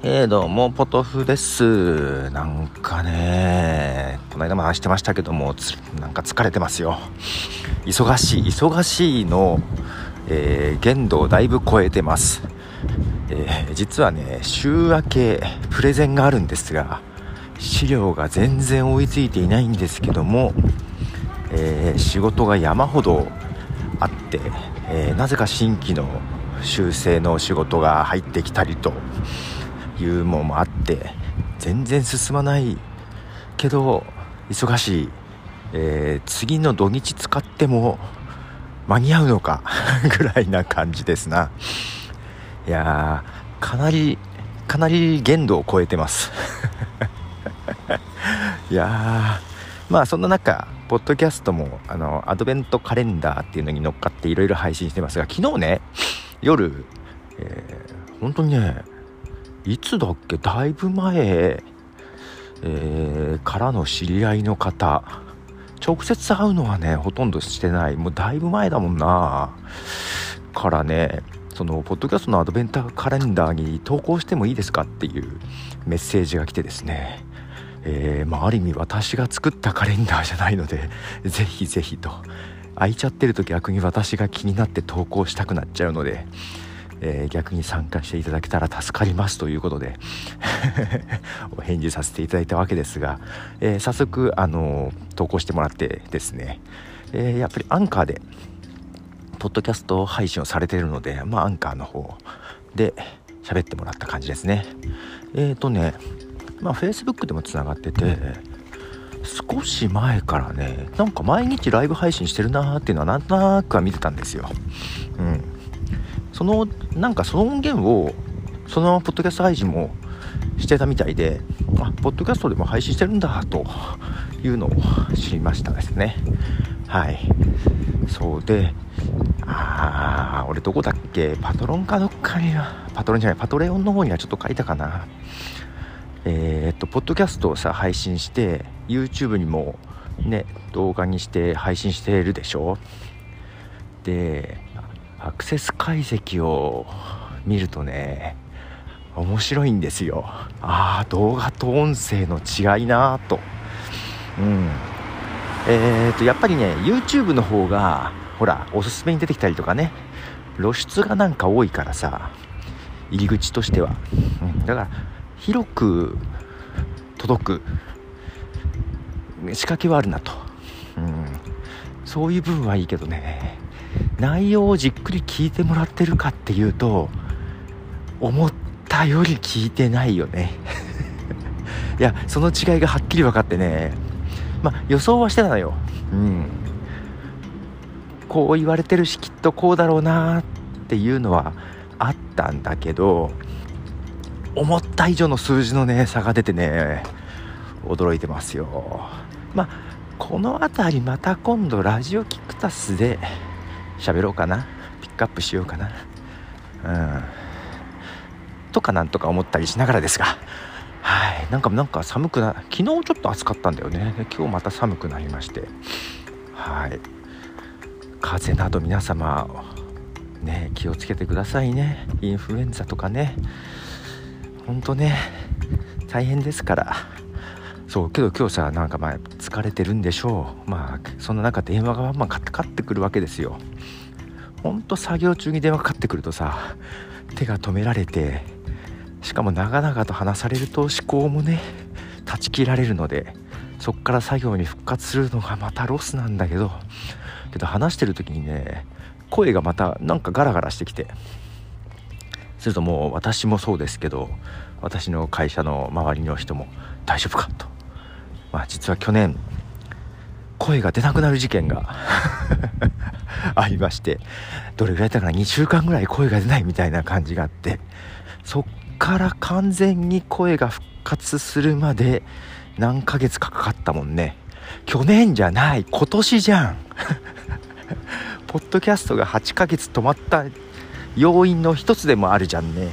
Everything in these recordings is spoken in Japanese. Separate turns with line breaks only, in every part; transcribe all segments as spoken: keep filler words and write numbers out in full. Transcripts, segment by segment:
えー、どうもポトフです。なんかねこの間も話してましたけどもつなんか疲れてますよ。忙しい忙しいの、えー、限度をだいぶ超えてます。えー、実はね週明けプレゼンがあるんですが資料が全然追いついていないんですけども、えー、仕事が山ほどあって、えー、なぜか新規の修正の仕事が入ってきたりというのもあって全然進まないけど忙しい、えー、次の土日使っても間に合うのかぐらいな感じですな。いやーかなりかなり限度を超えてますいやーまあそんな中ポッドキャストもあのアドベントカレンダーっていうのに乗っかっていろいろ配信してますが、昨日ね夜、えー、本当にねいつだっけだいぶ前、えー、からの知り合いの方、直接会うのはねほとんどしてない、もうだいぶ前だもんなからね、そのポッドキャストのアドベントカレンダーに投稿してもいいですかっていうメッセージが来てですね、えーまあ、ある意味私が作ったカレンダーじゃないのでぜひぜひと、空いちゃってると逆に私が気になって投稿したくなっちゃうので、えー、逆に参加していただけたら助かりますということでお返事させていただいたわけですが、えー、早速、あのー、投稿してもらってですね、えー、やっぱりアンカーでポッドキャスト配信をされているので、まあ、アンカーの方で喋ってもらった感じですね。えーとねまあ Facebook でもつながってて、少し前からねなんか毎日ライブ配信してるなーっていうのはなんとなくは見てたんですよ。うんそのなんかその音源をそのままポッドキャスト配信もしてたみたいで、あポッドキャストでも配信してるんだというのを知りましたですね。はいそうで、あー俺どこだっけ、パトロンかどっかにはパトロンじゃないパトレオンの方にはちょっと書いたかな。えー、っとポッドキャストをさ配信して YouTube にもね動画にして配信してるでしょ。でアクセス解析を見るとね面白いんですよ。ああ動画と音声の違いなと。うんえーとやっぱりね YouTube の方がほらおすすめに出てきたりとかね露出がなんか多いからさ、入り口としては、うん、だから広く届く仕掛けはあるなと、うん、そういう部分はいいけどね、内容をじっくり聞いてもらってるかっていうと思ったより聞いてないよねいやその違いがはっきり分かってね、まあ予想はしてたのよ。うんこう言われてるしきっとこうだろうなっていうのはあったんだけど、思った以上の数字のね差が出てね驚いてますよ。まあこのあたりまた今度ラジオキクタスで喋ろうかな、ピックアップしようかな、うんとかなんとか思ったりしながらですが、はいなんかなんか寒くな、昨日ちょっと暑かったんだよね。今日また寒くなりまして、はい風邪など皆様ね気をつけてくださいね。インフルエンザとかねほんとね大変ですから。そうけど今日さなんかまあ疲れてるんでしょう。まあそんな中電話がバンバンかかってくるわけですよ。ほんと作業中に電話かかってくるとさ手が止められて、しかも長々と話されると思考もね断ち切られるので、そっから作業に復活するのがまたロスなんだけどけど話してる時にね声がまたなんかガラガラしてきて、するともう私もそうですけど私の会社の周りの人も大丈夫かと、まあ実は去年声が出なくなる事件がありまして、どれぐらいだったかなにしゅうかんぐらい声が出ないみたいな感じがあって、そっから完全に声が復活するまで何ヶ月かかかったもんね。去年じゃない今年じゃんポッドキャストがはちかげつ止まった要因の一つでもあるじゃんね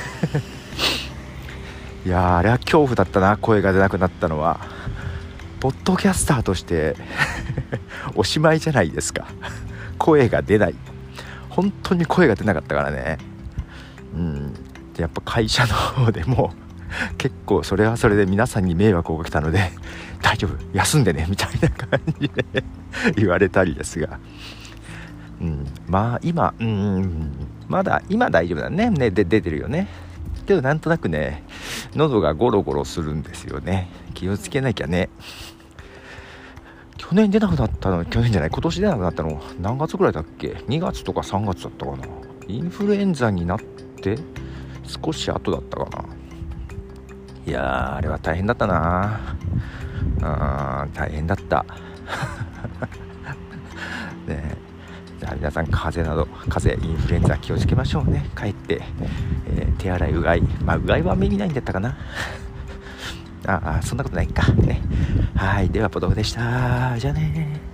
いやーあれは恐怖だったな、声が出なくなったのは。ポッドキャスターとしておしまいじゃないですか声が出ない、本当に声が出なかったからね。うんでやっぱ会社の方でも結構それはそれで皆さんに迷惑をかけたので大丈夫休んでねみたいな感じで言われたりですが、うん、まあ今うんまだ今大丈夫だねねで出てるよね。けどなんとなくね喉がゴロゴロするんですよね。気をつけなきゃね。去年出なくなったの去年じゃない今年出なくなったの何月ぐらいだっけ。にがつとかさんがつだったかな。インフルエンザになって少し後だったかな。いやーあれは大変だったなあ。大変だったね。じゃあ皆さん風邪など風邪インフルエンザ気をつけましょうね。帰って、えー、手洗いうがいまあうがいは目にないんだったかなああそんなことないかね。はいではポトフでした。じゃあね。